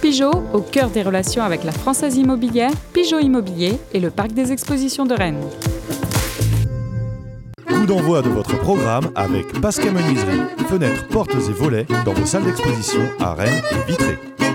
Pigeot, au cœur des relations avec la Française Immobilière, Pigeot Immobilier et le Parc des Expositions de Rennes. Coup d'envoi de votre programme avec Pascal Menuiserie, fenêtres, portes et volets dans vos salles d'exposition à Rennes et Vitré.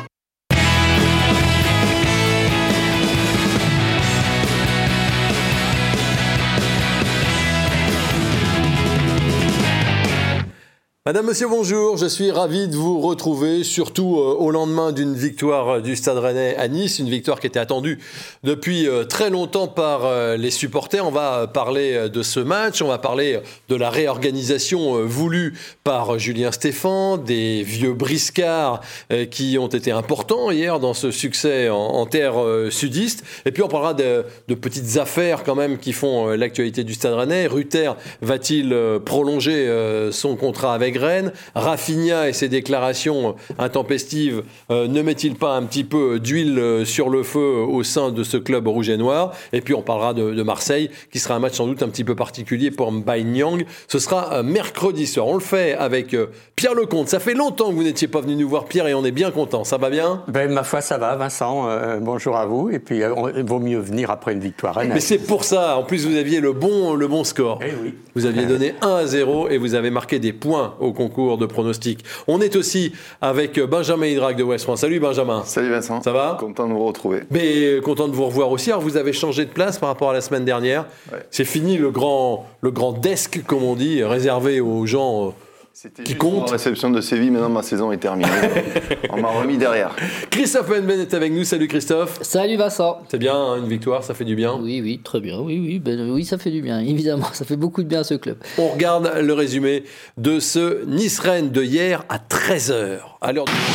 Madame, monsieur, bonjour. Je suis ravi de vous retrouver, surtout au lendemain d'une victoire du Stade Rennais à Nice, une victoire qui était attendue depuis très longtemps par les supporters. On va parler de ce match, on va parler de la réorganisation voulue par Julien Stéphan, des vieux briscards qui ont été importants hier dans ce succès en terre sudiste. Et puis on parlera de petites affaires quand même qui font l'actualité du Stade Rennais. Ruther va-t-il prolonger son contrat avec Rennes? Raphinha et ses déclarations intempestives ne met-il pas un petit peu d'huile sur le feu au sein de ce club rouge et noir? Et puis on parlera de Marseille, qui sera un match sans doute un petit peu particulier pour Mbaye Niang. Ce sera mercredi soir. On le fait avec Pierre Lecomte. Ça fait longtemps que vous n'étiez pas venu nous voir, Pierre, et on est bien content. Ça va bien? Ma foi, ça va, Vincent. Bonjour à vous. Et puis, il vaut mieux venir après une victoire Rennes. Mais c'est pour ça. En plus, vous aviez le bon score. Eh oui. Vous aviez donné 1-0 et vous avez marqué des points au concours de pronostics. On est aussi avec Benjamin Hydrac de Ouest France. Salut Benjamin. Salut Vincent. Ça va? Content de vous retrouver. Mais content de vous revoir aussi. Alors vous avez changé de place par rapport à la semaine dernière. Ouais. C'est fini le grand desk, comme on dit, réservé aux gens C'était qui juste pour comptent. la réception de Séville, maintenant ma saison est terminée. On m'a remis derrière. Christophe Henben est avec nous. Salut Christophe. Salut Vincent. C'est bien, hein, une victoire, ça fait du bien. Oui, très bien. Oui, ça fait du bien, évidemment. Ça fait beaucoup de bien à ce club. On regarde le résumé de ce Nice-Rennes de hier à 13h. À l'heure du...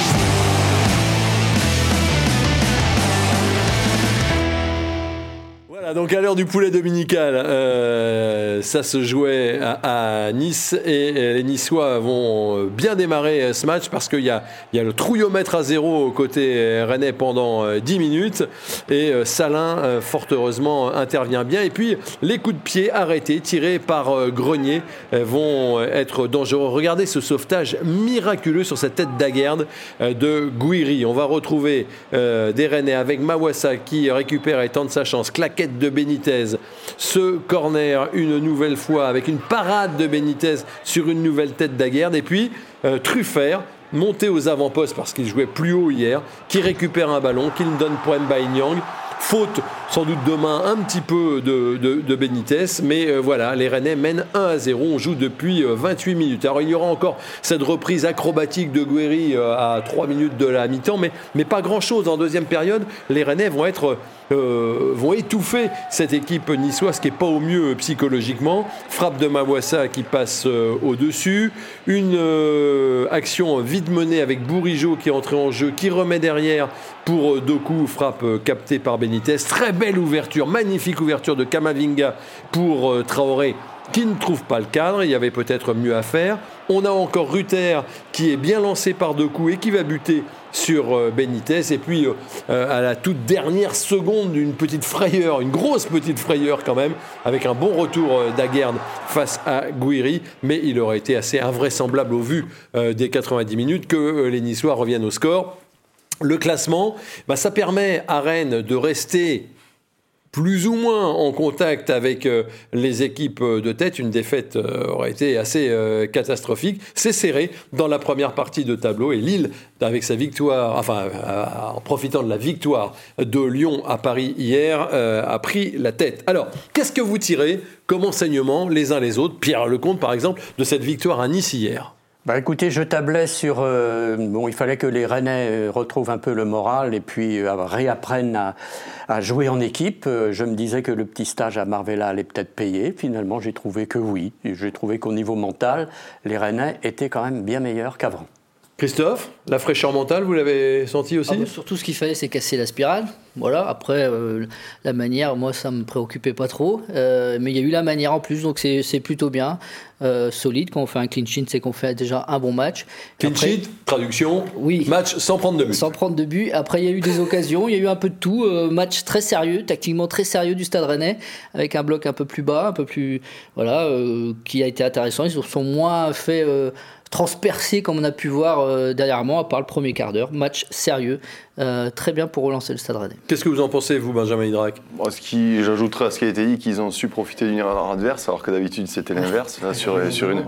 Donc à l'heure du poulet dominical, ça se jouait à Nice et les Niçois vont bien démarrer ce match parce qu'il y a le trouillomètre à 0 côté rennais pendant 10 minutes et Salin, fort heureusement, intervient bien. Et puis les coups de pied arrêtés, tirés par Grenier, vont être dangereux. Regardez ce sauvetage miraculeux sur cette tête d'Aguerd de Gouiri. On va retrouver des Rennais avec Mawassa qui récupère et tente sa chance. Claquette de Benitez, ce corner une nouvelle fois avec une parade de Benitez sur une nouvelle tête d'Aguerd et puis Truffert monté aux avant-postes parce qu'il jouait plus haut hier, qui récupère un ballon, qui le donne pour Mbaye Niang. Faute sans doute de main un petit peu de Benitez, mais voilà, les Rennais mènent 1-0, on joue depuis 28 minutes. Alors il y aura encore cette reprise acrobatique de Gouiri à 3 minutes de la mi-temps, mais pas grand-chose en deuxième période. Les Rennais vont étouffer cette équipe niçoise qui n'est pas au mieux psychologiquement. Frappe de Mawassa qui passe au-dessus. Une action vite menée avec Bourigeaud qui est entré en jeu, qui remet derrière pour Doku, frappe captée par Benitez. Très belle ouverture, magnifique ouverture de Kamavinga pour Traoré, qui ne trouve pas le cadre. Il y avait peut-être mieux à faire. On a encore Ruther qui est bien lancé par Doku et qui va buter sur Benitez. Et puis à la toute dernière seconde, une grosse petite frayeur quand même, avec un bon retour d'Aguerd face à Gouiri. Mais il aurait été assez invraisemblable au vu des 90 minutes que les Niçois reviennent au score. Le classement, ça permet à Rennes de rester plus ou moins en contact avec les équipes de tête. Une défaite aurait été assez catastrophique. C'est serré dans la première partie de tableau et Lille, avec sa victoire, en profitant de la victoire de Lyon à Paris hier, a pris la tête. Alors, qu'est-ce que vous tirez comme enseignement les uns les autres, Pierre Lecomte par exemple, de cette victoire à Nice hier ? Écoutez, je tablais sur... il fallait que les Rennais retrouvent un peu le moral et puis réapprennent à jouer en équipe. Je me disais que le petit stage à Marvella allait peut-être payer. Finalement, j'ai trouvé que oui. Et j'ai trouvé qu'au niveau mental, les Rennais étaient quand même bien meilleurs qu'avant. Christophe, la fraîcheur mentale, vous l'avez senti aussi ? Surtout, ce qu'il fallait, c'est casser la spirale. Voilà, après, la manière, moi, ça me préoccupait pas trop. Mais il y a eu la manière en plus, donc c'est plutôt bien. Solide. Quand on fait un clean sheet, c'est qu'on fait déjà un bon match. Clean sheet, traduction, oui, match sans prendre de but. Sans prendre de but. Après, il y a eu des occasions, il y a eu un peu de tout. Match très sérieux, tactiquement très sérieux du Stade Rennais, avec un bloc un peu plus bas, un peu plus. Voilà, qui a été intéressant. Ils se sont moins fait transpercer comme on a pu voir dernièrement, à part le premier quart d'heure. Match sérieux. Très bien pour relancer le Stade Rennais. Qu'est-ce que vous en pensez, vous, Benjamin Hydrac? J'ajouterais à ce qui a été dit qu'ils ont su profiter d'une erreur adverse, alors que d'habitude c'était l'inverse. Là, sur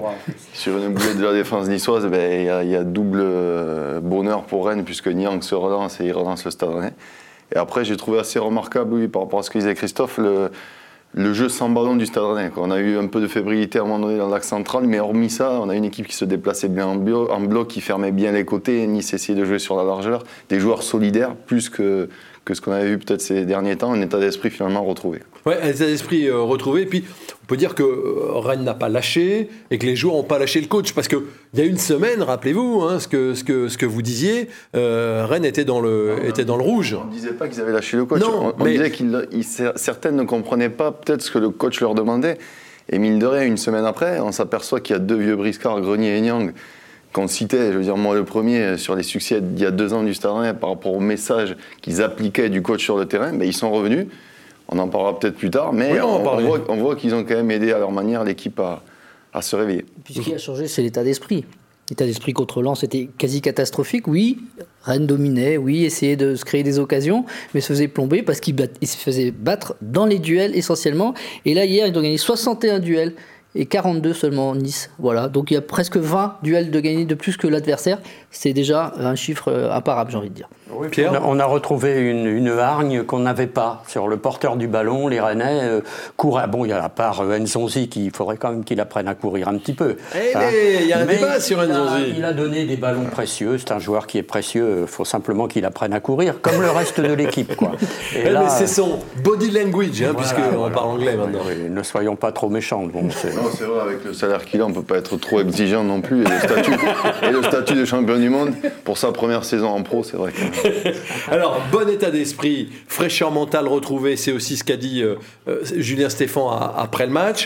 une boulette de la défense niçoise, il y a double bonheur pour Rennes, puisque Niang se relance et il relance le Stade Rennais. Et après, j'ai trouvé assez remarquable, oui, par rapport à ce que disait Christophe, le jeu sans ballon du Stade Rennais. On a eu un peu de fébrilité à un moment donné dans l'axe central, mais hormis ça, on a une équipe qui se déplaçait bien en bloc, qui fermait bien les côtés. Nice essayait de jouer sur la largeur. Des joueurs solidaires, plus que ce qu'on avait vu peut-être ces derniers temps, un état d'esprit finalement retrouvé. Oui, un état d'esprit retrouvé. Et puis, on peut dire que Rennes n'a pas lâché et que les joueurs n'ont pas lâché le coach. Parce qu'il y a une semaine, rappelez-vous, ce que vous disiez, Rennes était dans le rouge. On ne disait pas qu'ils avaient lâché le coach. Non, on disait certaines ne comprenaient pas peut-être ce que le coach leur demandait. Et mine de rien, une semaine après, on s'aperçoit qu'il y a deux vieux briscards, Grenier et Niang, qu'on citait, je veux dire, moi le premier, sur les succès d'il y a 2 ans du Stade Rennais par rapport au message qu'ils appliquaient du coach sur le terrain, ils sont revenus. On en parlera peut-être plus tard, mais oui, on voit qu'ils ont quand même aidé à leur manière l'équipe à se réveiller. Puis ce qui a changé, c'est l'état d'esprit. L'état d'esprit contre Lens était quasi catastrophique. Oui, Rennes dominait, oui, essayait de se créer des occasions, mais se faisait plomber parce qu'il se faisait battre dans les duels essentiellement. Et là, hier, ils ont gagné 61 duels. Et 42 seulement Nice. Voilà. Donc il y a presque 20 duels de gagnés de plus que l'adversaire. C'est déjà un chiffre imparable, j'ai envie de dire. Oui, Pierre, on a retrouvé une hargne qu'on n'avait pas sur le porteur du ballon. Les Rennais couraient. Bon, il y a à part Nzonzi, il faudrait quand même qu'il apprenne à courir un petit peu. Il y a un débat sur Nzonzi. Il a donné des ballons précieux. C'est un joueur qui est précieux. Il faut simplement qu'il apprenne à courir, comme le reste de l'équipe, quoi. Et là, mais c'est son body language, puisqu'on parle anglais maintenant. Oui, ne soyons pas trop méchants. Bon, c'est vrai, avec le salaire qu'il a, on ne peut pas être trop exigeant non plus. Et le statut de champion du monde, pour sa première saison en pro, c'est vrai que... Alors, bon état d'esprit, fraîcheur mentale retrouvée, c'est aussi ce qu'a dit Julien Stéphan après le match.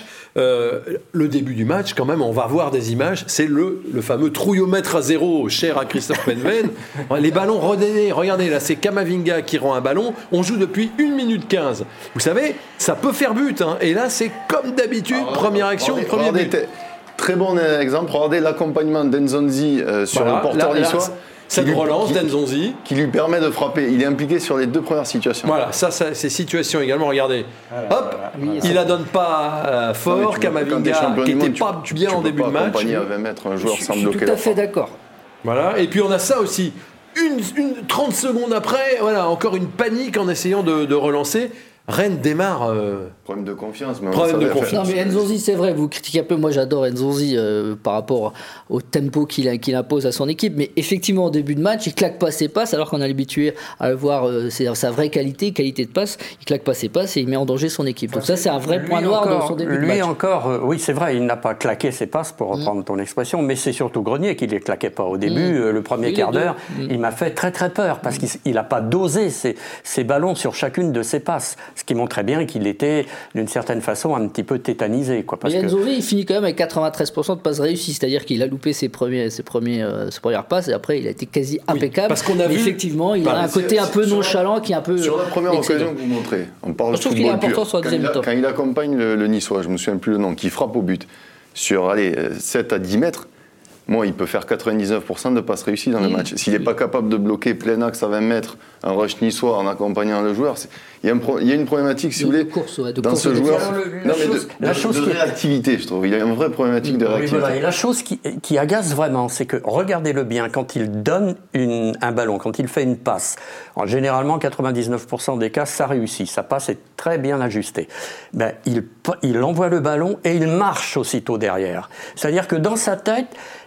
Le début du match, quand même, on va voir des images, c'est le fameux trouillomètre à 0, cher à Christophe Penven. Les ballons redonnés, regardez, là, c'est Kamavinga qui rend un ballon, on joue depuis 1 minute 15. Vous savez, ça peut faire but, et là, c'est comme d'habitude, première action, premier but. Très bon exemple, regardez l'accompagnement d'Nzonzi sur le porteur niçois. Cette relance d'Nzonzi qui lui permet de frapper. Il est impliqué sur les 2 premières situations. Voilà, ça c'est situation également. Regardez, hop, il la donne pas fort. Kamavinga qui n'était pas bien en début de match. À 20 mètres, un joueur sans bloquer. Je suis tout à fait d'accord. Voilà, et puis on a ça aussi. 30 secondes après, voilà, encore une panique en essayant de relancer. Rennes démarre. Problème de confiance. Non, mais Nzonzi, c'est vrai, vous critiquez un peu. Moi, j'adore Nzonzi par rapport au tempo qu'il impose à son équipe. Mais effectivement, au début de match, il claque pas ses passes, alors qu'on a l'habitué à le voir, c'est sa vraie qualité de passe. Il claque pas ses passes et il met en danger son équipe. Donc, ça, c'est un vrai point noir dans son début de match. Lui encore, oui, c'est vrai, il n'a pas claqué ses passes, pour reprendre ton expression, mais c'est surtout Grenier qui ne les claquait pas au début. Le premier quart d'heure, il m'a fait très, très peur parce qu'il n'a pas dosé ses ballons sur chacune de ses passes. Ce qui montrait bien qu'il était, d'une certaine façon, un petit peu tétanisé. Nzonzi, il finit quand même avec 93% de passes réussies, c'est-à-dire qu'il a loupé ses premières passes et après il a été quasi impeccable. Parce qu'on a vu, effectivement, il a un côté un peu nonchalant qui est un peu. Sur la première occasion que vous montrez, on parle de football pur. Je trouve qu'il est important sur la deuxième mi-temps. Quand il accompagne le Niçois, je ne me souviens plus le nom, qui frappe au but sur 7 à 10 mètres. Moi, il peut faire 99% de passes réussies dans le match. S'il n'est pas capable de bloquer plein axe à 20 mètres, un rush niçois en accompagnant le joueur, il y a une problématique, si vous voulez, dans ce joueur. De réactivité, je trouve. Il y a une vraie problématique de réactivité. Voilà. Et la chose qui agace vraiment, c'est que, regardez-le bien, quand il donne un ballon, quand il fait une passe, généralement, 99% des cas, ça réussit. Sa passe est très bien ajustée. Il envoie le ballon et il marche aussitôt derrière. C'est-à-dire que dans sa tête,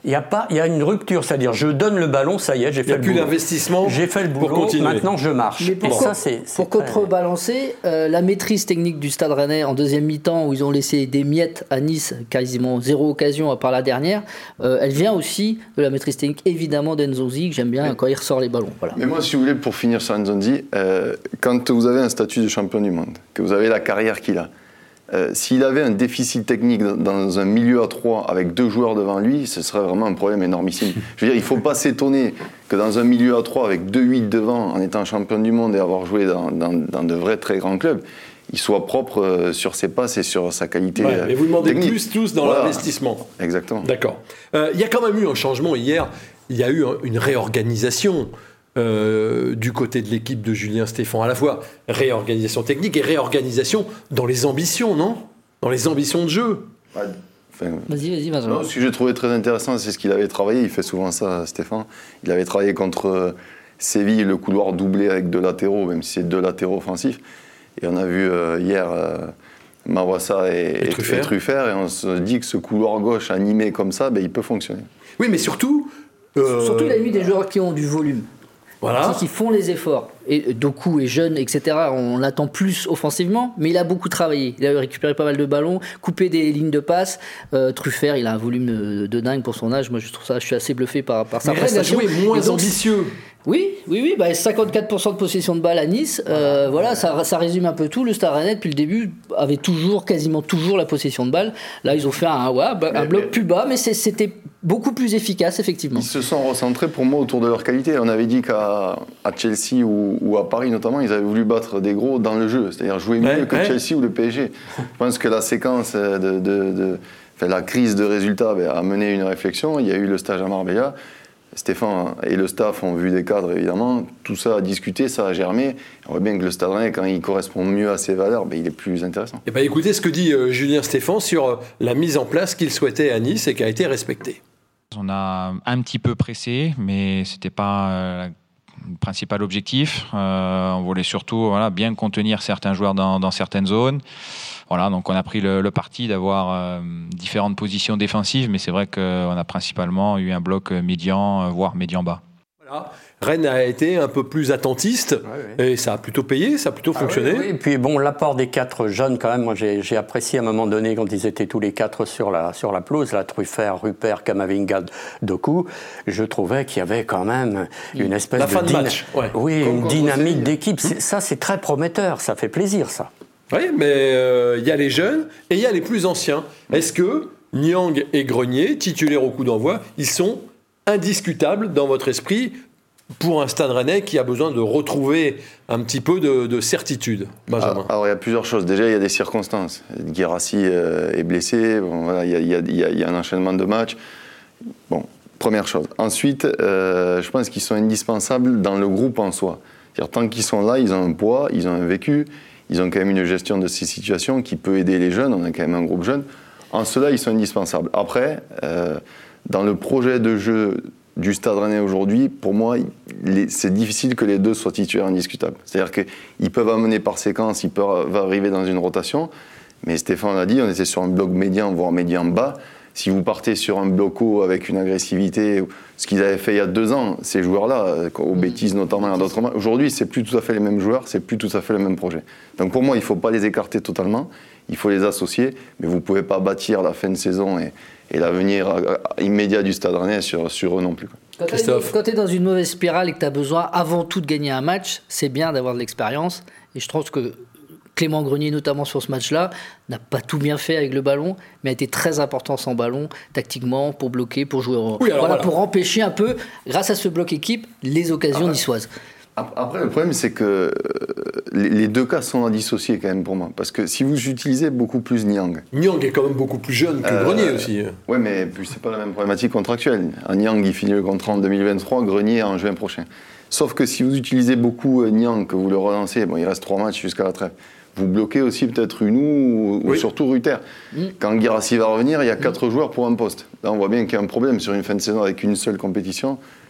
Il y a une rupture, c'est-à-dire je donne le ballon, ça y est, j'ai fait le boulot. Il n'y a plus d'investissement. J'ai fait le boulot, pour continuer. Maintenant je marche. Mais pour contrebalancer, la maîtrise technique du Stade Rennais en deuxième mi-temps, où ils ont laissé des miettes à Nice, quasiment 0 occasion à part la dernière, elle vient aussi de la maîtrise technique évidemment d'Nzonzi, que j'aime bien quand il ressort les ballons. Voilà. Mais moi, si vous voulez, pour finir sur Nzonzi, quand vous avez un statut de champion du monde, que vous avez la carrière qu'il a, s'il avait un déficit technique dans un milieu à 3 avec 2 joueurs devant lui, ce serait vraiment un problème énormissime. Je veux dire, il ne faut pas s'étonner que dans un milieu à 3 avec 2-8 devant, en étant champion du monde et avoir joué dans de vrais très grands clubs, il soit propre sur ses passes et sur sa qualité technique. Mais vous demandez plus tous dans l'investissement. Exactement. D'accord. Il y a quand même eu un changement hier. Il y a eu une réorganisation du côté de l'équipe de Julien Stéphan, à la fois réorganisation technique et réorganisation dans les ambitions, non ? Dans les ambitions de jeu. Vas-y, Benjamin. Ce que j'ai trouvé très intéressant, c'est ce qu'il avait travaillé. Il fait souvent ça, Stéphan. Il avait travaillé contre Séville, le couloir doublé avec 2 latéraux, même si c'est 2 latéraux offensifs. Et on a vu hier Mawassa et Truffert, et on se dit que ce couloir gauche animé comme ça, il peut fonctionner. Oui, mais surtout... Surtout, il a mis des joueurs qui ont du volume. Voilà. Qui font les efforts. Et Doku est jeune, etc. On l'attend plus offensivement, mais il a beaucoup travaillé. Il a récupéré pas mal de ballons, coupé des lignes de passe. Truffert, il a un volume de dingue pour son âge. Moi, je suis assez bluffé par sa prestation. Mais Rennes a joué moins ambitieux. Oui, 54% de possession de balle à Nice. Voilà, ça résume un peu tout. Le Stade Rennais, depuis le début, avait quasiment toujours la possession de balle. Là, ils ont fait un bloc plus bas, mais c'était beaucoup plus efficace, effectivement. Ils se sont recentrés, pour moi, autour de leur qualité. On avait dit qu'à Chelsea ou à Paris, notamment, ils avaient voulu battre des gros dans le jeu, c'est-à-dire jouer mieux que Chelsea ou le PSG. Je pense que la séquence la crise de résultats a mené une réflexion. Il y a eu le stage à Marbella. Stéphane et le staff ont vu des cadres, évidemment. Tout ça a discuté, ça a germé. On voit bien que le Stade Rennais, quand il correspond mieux à ses valeurs, il est plus intéressant. Et écoutez ce que dit Julien Stéphan sur la mise en place qu'il souhaitait à Nice et qui a été respectée. On a un petit peu pressé, mais ce n'était pas le principal objectif. On voulait surtout bien contenir certains joueurs dans certaines zones. Voilà, donc on a pris le parti d'avoir différentes positions défensives, mais c'est vrai qu'on a principalement eu un bloc médian, voire médian-bas. Voilà. Rennes a été un peu plus attentiste, et ça a plutôt payé, ça a plutôt fonctionné. Oui. Et puis l'apport des 4 jeunes, quand même, moi j'ai apprécié à un moment donné, quand ils étaient tous les 4 sur la pelouse, Truffert, Rupert, Kamavinga, Doku, je trouvais qu'il y avait quand même une espèce de match. Une dynamique d'équipe. Ça, c'est très prometteur, ça fait plaisir, ça. Oui, mais il y a les jeunes et il y a les plus anciens. Est-ce que Niang et Grenier, titulaires au coup d'envoi, ils sont indiscutables dans votre esprit pour un Stade Rennais qui a besoin de retrouver un petit peu de certitude, Benjamin? Alors il y a plusieurs choses. Déjà, il y a des circonstances. Guirassy est blessé, il y a un enchaînement de matchs. Bon, première chose. Ensuite, je pense qu'ils sont indispensables dans le groupe en soi. C'est-à-dire, tant qu'ils sont là, ils ont un poids, ils ont un vécu, ils ont quand même une gestion de ces situations qui peut aider les jeunes. On a quand même un groupe jeune. En cela, ils sont indispensables. Après, dans le projet de jeu du Stade Rennais aujourd'hui, pour moi, c'est difficile que les deux soient titulaires indiscutables. C'est-à-dire qu'ils peuvent amener par séquence, ils peuvent arriver dans une rotation, mais Stéphane l'a dit, on était sur un bloc médian, voire médian bas. Si vous partez sur un bloc haut avec une agressivité, ce qu'ils avaient fait il y a 2 ans, ces joueurs-là, aux bêtises notamment et d'autres matchs, aujourd'hui, c'est plus tout à fait les mêmes joueurs, c'est plus tout à fait le même projet. Donc pour moi, il ne faut pas les écarter totalement, il faut les associer, mais vous ne pouvez pas bâtir la fin de saison et l'avenir immédiat du Stade Rennais sur eux non plus. Quand tu es dans une mauvaise spirale et que tu as besoin avant tout de gagner un match, c'est bien d'avoir de l'expérience. Et je trouve que Clément Grenier, notamment sur ce match-là, n'a pas tout bien fait avec le ballon, mais a été très important sans ballon, tactiquement, pour bloquer, pour jouer pour empêcher un peu, grâce à ce bloc équipe, les occasions niçoises. Après, le problème, c'est que les deux cas sont à dissocier quand même pour moi. Parce que si vous utilisez beaucoup plus Niang... Niang est quand même beaucoup plus jeune que Grenier aussi. Oui, mais c'est pas la même problématique contractuelle. Niang, il finit le contrat en 2023, Grenier en juin prochain. Sauf que si vous utilisez beaucoup Niang, que vous le relancez, il reste 3 matchs jusqu'à la trêve. Vous bloquez aussi peut-être Unou ou surtout Ruther. Quand Guirassy va revenir, il y a 4 joueurs pour un poste. Là, on voit bien qu'il y a un problème sur une fin de saison avec une seule compétition.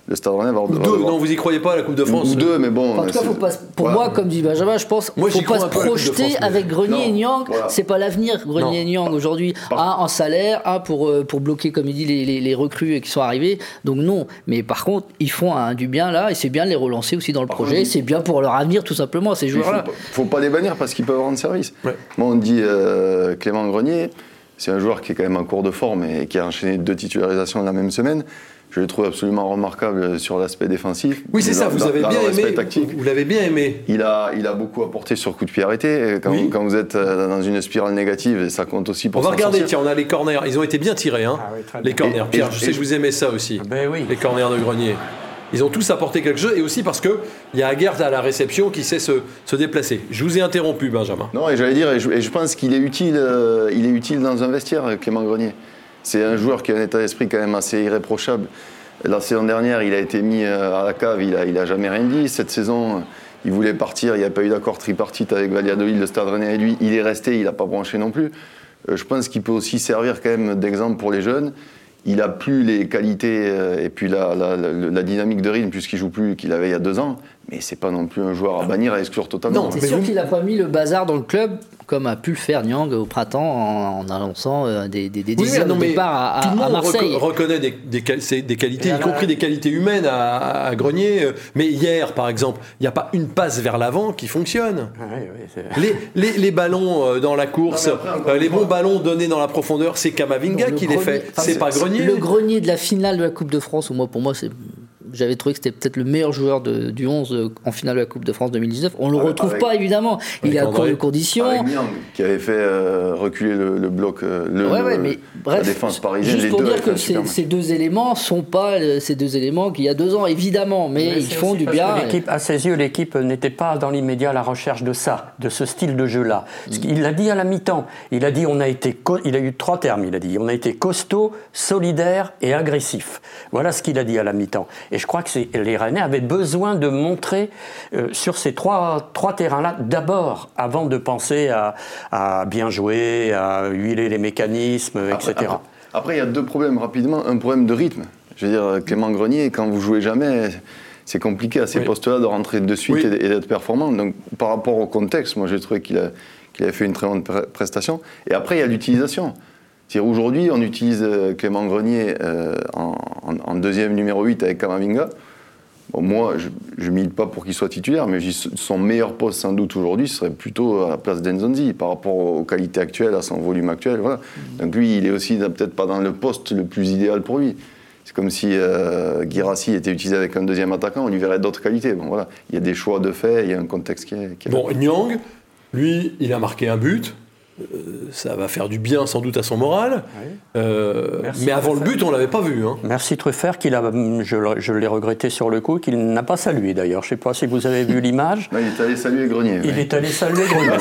le Stade Rennais va Ou deux, non, vous y croyez pas à la Coupe de France? Ou deux, mais bon. En tout cas, faut pas, pour moi, comme dit Benjamin, je pense qu'il ne faut pas se projeter avec Grenier et Niang. Voilà. C'est pas l'avenir, Grenier et Niang aujourd'hui. En salaire, pour bloquer, comme il dit, les recrues qui sont arrivés. Donc non. Mais par contre, ils font du bien là, et c'est bien de les relancer aussi dans le projet. C'est bien pour leur avenir, tout simplement, ces joueurs-là. Faut pas les bannir parce qu'ils peuvent rendre service. Ouais. Moi, on dit Clément Grenier, c'est un joueur qui est quand même en cours de forme et qui a enchaîné 2 titularisations la même semaine. Je le trouve absolument remarquable sur l'aspect défensif. Oui, c'est ça, vous avez bien aimé. Vous l'avez bien aimé. Il a beaucoup apporté sur coup de pied arrêté. Quand vous êtes dans une spirale négative, et ça compte aussi pour On va regarder, tiens, on a les corners. Ils ont été bien tirés, hein, les corners. Pierre, je sais que vous aimez ça aussi, les corners de Grenier. Ils ont tous apporté quelque chose, et aussi parce qu'il y a Aguerd à la réception qui sait se déplacer. Je vous ai interrompu, Benjamin. Non, et j'allais dire, et je pense qu'il est utile dans un vestiaire, Clément Grenier. C'est un joueur qui a un état d'esprit quand même assez irréprochable. La saison dernière, il a été mis à la cave, il a jamais rien dit. Cette saison, il voulait partir, il n'y a pas eu d'accord tripartite avec Valladolid, le Stade Rennais et lui. Il est resté, il n'a pas branché non plus. Je pense qu'il peut aussi servir quand même d'exemple pour les jeunes. Il n'a plus les qualités et puis la dynamique de rythme puisqu'il ne joue plus qu'il avait il y a 2 ans. Mais c'est pas non plus un joueur à bannir, à exclure totalement. Non, c'est sûr qu'il n'a pas mis le bazar dans le club comme a pu le faire Niang au printemps en annonçant des dizaines de départs à Marseille. Tout le monde reconnaît des qualités, y compris des qualités humaines à Grenier. Mais hier, par exemple, il n'y a pas une passe vers l'avant qui fonctionne. Les ballons dans la course, les bons ballons donnés dans la profondeur, c'est Camavinga qui les fait. C'est pas Grenier. Le Grenier de la finale de la Coupe de France, pour moi, j'avais trouvé que c'était peut-être le meilleur joueur du 11 en finale de la Coupe de France 2019. On ne le retrouve pas, évidemment. Il est à court de conditions. Avec Niang, qui avait fait reculer le bloc, la défense parisienne. Juste pour dire que ces 2 éléments ne sont pas ces 2 éléments qu'il y a 2 ans, évidemment. Mais ils font du bien. À ses yeux, l'équipe n'était pas dans l'immédiat à la recherche de ça, de ce style de jeu-là. Il l'a dit à la mi-temps. Il a dit il a eu 3 termes. Il a dit on a été costaud, solidaire et agressif. Voilà ce qu'il a dit à la mi-temps. Et je crois que les Rennais avaient besoin de montrer sur ces trois terrains-là, d'abord, avant de penser à bien jouer, à huiler les mécanismes, etc. Après, il y a 2 problèmes rapidement. Un problème de rythme. Je veux dire, Clément Grenier, quand vous jouez jamais, c'est compliqué à ces postes-là de rentrer de suite et d'être performant. Donc, par rapport au contexte, moi, j'ai trouvé qu'il avait fait une très bonne prestation. Et après, il y a l'utilisation. C'est-à-dire aujourd'hui, on utilise Clément Grenier en deuxième numéro 8 avec Camavinga. Bon, moi, je ne milite pas pour qu'il soit titulaire, mais son meilleur poste, sans doute, aujourd'hui, ce serait plutôt à la place d'Enzonzi, par rapport aux qualités actuelles, à son volume actuel. Voilà. Donc lui, il est aussi peut-être pas dans le poste le plus idéal pour lui. C'est comme si Guirassy était utilisé avec un deuxième attaquant, on lui verrait d'autres qualités. Bon, voilà. Il y a des choix de fait, il y a un contexte qui est bon, Niang, lui, il a marqué un but. Ça va faire du bien sans doute à son moral. Mais avant le but, on ne l'avait pas vu. Hein. Merci Truffert, je l'ai regretté sur le coup, qu'il n'a pas salué d'ailleurs. Je ne sais pas si vous avez vu l'image. Il est allé saluer Grenier. Il est allé saluer Grenier.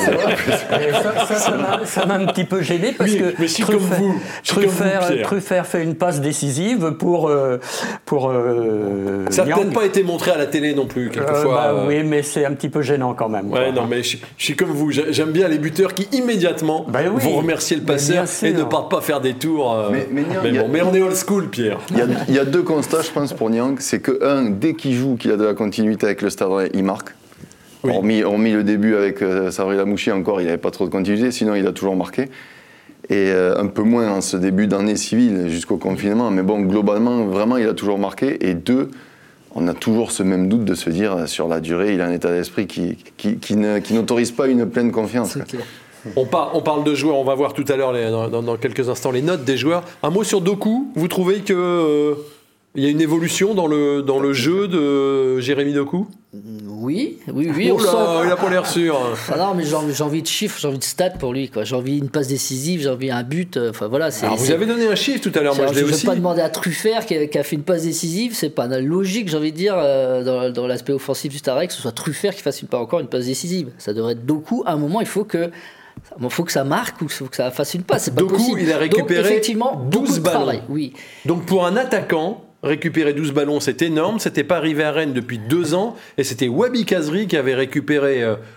Ça m'a un petit peu gêné parce que Truffert fait une passe décisive pour ça n'a peut-être pas été montré à la télé non plus, quelquefois. Oui, mais c'est un petit peu gênant quand même. Ouais, non, mais je suis comme vous. J'aime bien les buteurs qui immédiatement vont remercier le passeur et ne partent pas faire des tours. Mais on est old school, Pierre. Il y a 2 constats, je pense, pour Niang. C'est que, dès qu'il joue, qu'il a de la continuité avec le Stade Rennais, il marque. Oui. Hormis le début avec Sabri Lamouchi, encore, il n'avait pas trop de continuité, sinon il a toujours marqué. Et un peu moins en ce début d'année civile, jusqu'au confinement. Mais bon, globalement, vraiment, il a toujours marqué. Et 2, on a toujours ce même doute de se dire, sur la durée, il a un état d'esprit qui n'autorise pas une pleine confiance. C'est clair. On parle de joueurs, on va voir tout à l'heure dans quelques instants les notes des joueurs. Un mot sur Doku, vous trouvez qu'il y a une évolution dans le jeu de Jérémy Doku ? Oui. Oh là, il n'a pas l'air sûr. Non, mais j'ai envie de chiffres, j'ai envie de stats pour lui. J'ai envie d'une passe décisive, j'ai envie d'un but. Voilà, Alors vous avez donné un chiffre tout à l'heure, moi je l'ai aussi. Je ne vais pas demander à Truffert qui a fait une passe décisive, c'est pas logique, j'ai envie de dire, dans l'aspect offensif du Stade Rennais, que ce soit Truffert qui fasse encore une passe décisive. Ça devrait être Doku. À un moment, il faut que ça marque ou il faut que ça fasse une passe. C'est pas Doku, possible. il a récupéré donc, effectivement, 12 ballons. Travail, oui. Donc pour un attaquant, récupérer 12 ballons, c'est énorme. C'était pas arrivé à Rennes depuis 2 ans. Et c'était Wabi Kazri qui avait récupéré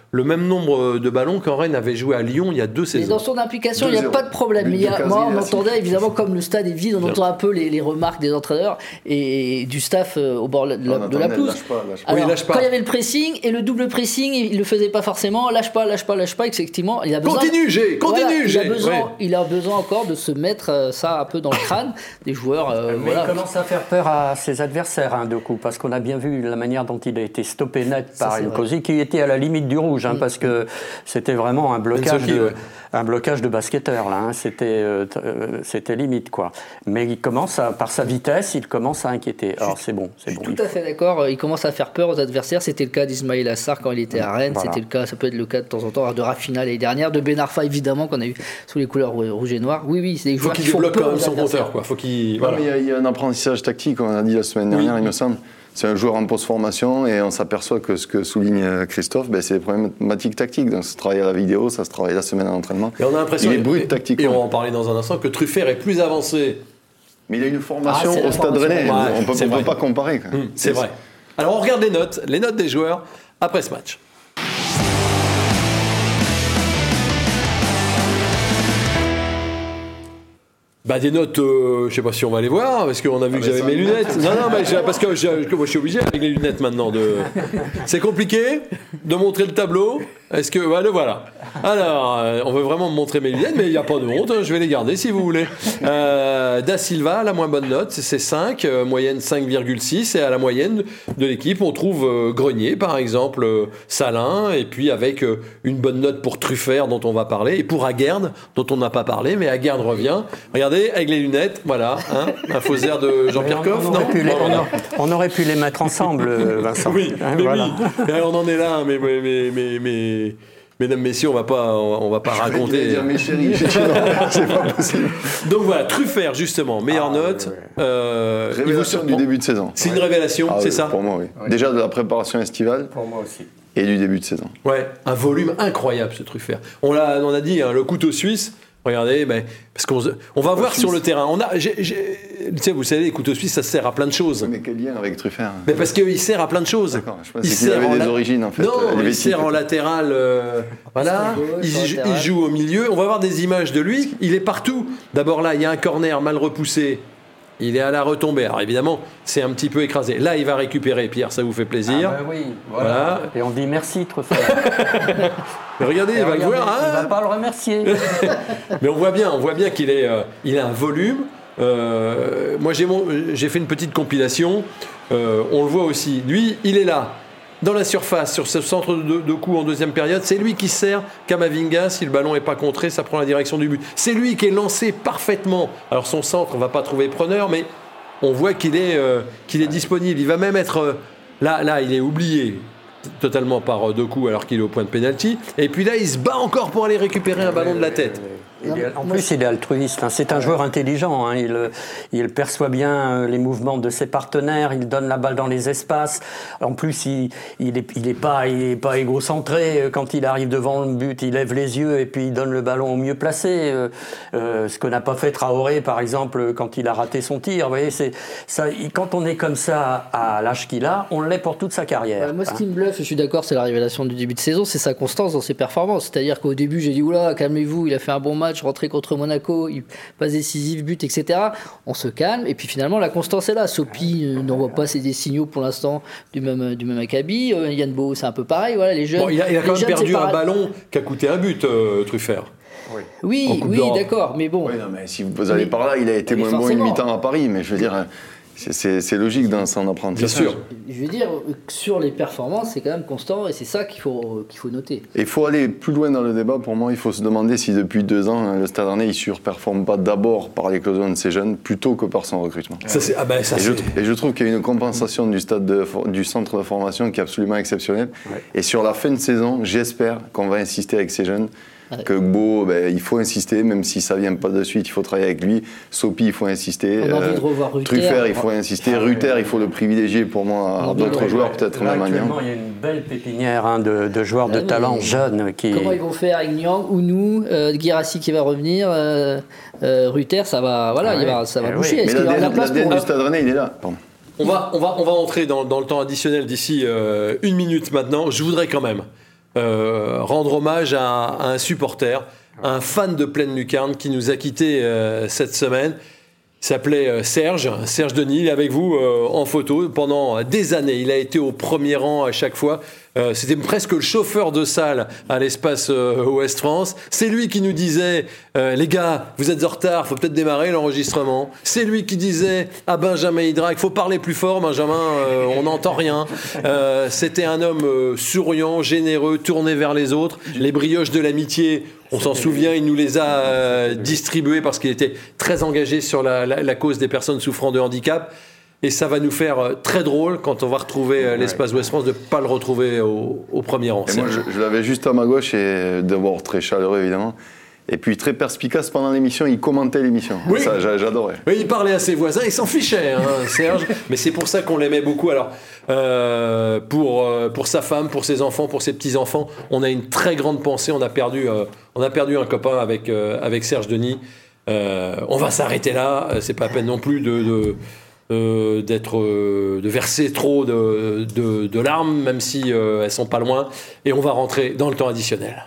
le même nombre de ballons quand Rennes avait joué à Lyon il y a 2 saisons. Et dans son implication, il n'y a pas de problème. Mais moi, on entendait évidemment, comme le stade est vide, on entend un peu les remarques des entraîneurs et du staff au bord de la pelouse. Alors, quand il y avait le pressing et le double pressing, il le faisait pas forcément. Lâche pas. Effectivement, il a besoin. Il a besoin encore de se mettre ça un peu dans le crâne des joueurs. Mais il commence à faire peur à ses adversaires, Doku, parce qu'on a bien vu la manière dont il a été stoppé net par Nkosi, qui était à la limite du rouge, parce que c'était vraiment un blocage de basketteur, là. C'était limite, quoi. Mais il commence par sa vitesse, il commence à inquiéter. Alors c'est bon. Tout à fait d'accord. Il commence à faire peur aux adversaires. C'était le cas d'Ismaïl Assar quand il était à Rennes. C'était le cas. Ça peut être le cas de temps en temps de Rafinha l'année dernière, de Ben Arfa évidemment qu'on a eu sous les couleurs rouge et noir. Oui, c'est des joueurs qui débloque quand même son compteur, quoi. Il y a un apprentissage tactique, on a dit la semaine dernière, il me semble. C'est un joueur en post-formation et on s'aperçoit que ce que souligne Christophe, c'est des problématiques tactiques. Donc ça se travaille à la vidéo, ça se travaille la semaine à l'entraînement. Et on a l'impression, il est brut tactiquement. Et on va en parler dans un instant, que Truffert est plus avancé. Mais il a une formation au Stade Rennais. On ne peut pas comparer. C'est vrai. Alors on regarde les notes des joueurs après ce match. Des notes, je sais pas si on va les voir, parce qu'on a vu que j'avais mes lunettes. Non, parce que moi, je suis obligé avec les lunettes maintenant. C'est compliqué de montrer le tableau. Est-ce que le voilà. Alors, on veut vraiment me montrer mes lunettes, mais il n'y a pas de honte. Je vais les garder si vous voulez. Da Silva, la moins bonne note, c'est 5, moyenne 5,6. Et à la moyenne de l'équipe, on trouve Grenier, par exemple, Salin, et puis avec une bonne note pour Truffert, dont on va parler, et pour Aguerd, dont on n'a pas parlé, mais Aguerd revient. Regardez, avec les lunettes, voilà, un faux air de Jean-Pierre Coff, on aurait pu les mettre ensemble, Vincent. Oui, mais on en est là, mais mesdames, messieurs, on va pas raconter. Dire mes chéris, c'est pas possible. Donc voilà, Truffert justement, meilleure note. Révélation du début de saison. C'est une révélation, c'est ça. Pour moi, oui. Déjà de la préparation estivale. Pour moi aussi. Et du début de saison. Ouais, un volume incroyable ce Truffert. On a dit le couteau suisse. Regardez, parce qu'on va voir sur le terrain. Vous savez, les couteaux suisses, ça sert à plein de choses. Mais quel lien avec Truffert? Parce qu'il sert à plein de choses. D'accord, je pensais qu'il avait des origines en fait. Non, il sert en latéral. Voilà, il joue au milieu. On va voir des images de lui. Il est partout. D'abord là, il y a un corner mal repoussé. Il est à la retombée. Alors évidemment, c'est un petit peu écrasé. Là, il va récupérer. Pierre, ça vous fait plaisir. Oui, voilà. Et on dit merci, Truffert. Regardez, il va le voir. Il ne va pas le remercier. Mais on voit bien qu'il a un volume. Moi, j'ai fait une petite compilation. On le voit aussi. Lui, il est là, dans la surface, sur ce centre de coup en deuxième période. C'est lui qui sert Kamavinga. Si le ballon n'est pas contré, ça prend la direction du but. C'est lui qui est lancé parfaitement. Alors son centre, on ne va pas trouver preneur, mais on voit qu'il est disponible. Il va même être... Là, il est oublié totalement par Doku alors qu'il est au point de pénalty. Et puis là, il se bat encore pour aller récupérer un ballon de la tête. En plus, il est altruiste. C'est un joueur intelligent. Il perçoit bien les mouvements de ses partenaires. Il donne la balle dans les espaces. En plus, il est pas égocentré. Quand il arrive devant le but, il lève les yeux et puis il donne le ballon au mieux placé. Ce que n'a pas fait Traoré, par exemple, quand il a raté son tir. Vous voyez, quand on est comme ça à l'âge qu'il a, on l'est pour toute sa carrière. Moi, ce qui me bluffe, je suis d'accord, c'est la révélation du début de saison, c'est sa constance dans ses performances. C'est-à-dire qu'au début, j'ai dit oula, calmez-vous, il a fait un bon match. Rentré contre Monaco, il passe décisif, but, etc. On se calme et puis finalement la constance est là. Sopi n'envoie pas des signaux pour l'instant du même acabit. Yann Bo, c'est un peu pareil. Voilà, les jeunes. Il a quand même perdu un ballon qui a coûté un but, Truffert. Oui, d'accord, mais bon. Oui, non, mais si vous allez par là, il a été moins bon une mi-temps à Paris, mais je veux dire. C'est logique dans son apprentissage. Bien sûr. Je veux dire, sur les performances, c'est quand même constant et c'est ça qu'il faut noter. Et il faut aller plus loin dans le débat. Pour moi, il faut se demander si depuis 2 ans, le Stade Rennais ne surperforme pas d'abord par l'éclosion de ses jeunes plutôt que par son recrutement. Et je trouve qu'il y a une compensation du centre de formation qui est absolument exceptionnelle. Ouais. Et sur la fin de saison, j'espère qu'on va insister avec ces jeunes. Que Gbo, il faut insister, même si ça ne vient pas de suite, il faut travailler avec lui. Sopi, il faut insister. On a envie de revoir Ruther. Truffert, il faut insister. Ruther, il faut le privilégier pour moi à d'autres joueurs, peut-être même à Niang. Actuellement, il y a une belle pépinière de joueurs de talent jeunes. Comment ils vont faire avec Niang, Ounou, Guirassy qui va revenir, Ruther, ça va, ça va boucher. Mais l'ADN du Stade Rennais, il est là. Pardon. On va entrer dans le temps additionnel d'ici 1 minute maintenant. Je voudrais quand même rendre hommage à un supporter, un fan de Plaine Lucarne qui nous a quittés cette semaine. Il s'appelait Serge Denis. Il est avec vous en photo pendant des années. Il a été au premier rang à chaque fois. C'était presque le chauffeur de salle à l'espace Ouest France. C'est lui qui nous disait les gars, vous êtes en retard, faut peut-être démarrer l'enregistrement. C'est lui qui disait à Benjamin Hydrac, faut parler plus fort, Benjamin, on n'entend rien. C'était un homme souriant, généreux, tourné vers les autres. Les brioches de l'amitié, on s'en souvient, il nous les a distribuées parce qu'il était très engagé sur la cause des personnes souffrant de handicap. Et ça va nous faire très drôle quand on va retrouver l'espace Ouest France de ne pas le retrouver au premier rang. Et moi, je l'avais juste à ma gauche et d'abord très chaleureux évidemment. Et puis très perspicace pendant l'émission, il commentait l'émission. Oui. Ça, j'adorais. Oui, il parlait à ses voisins, il s'en fichait, Serge. Mais c'est pour ça qu'on l'aimait beaucoup. Alors, pour sa femme, pour ses enfants, pour ses petits-enfants, on a une très grande pensée. On a perdu un copain avec Serge Denis. On va s'arrêter là. C'est pas la peine non plus de verser trop de larmes, même si elles sont pas loin. Et on va rentrer dans le temps additionnel.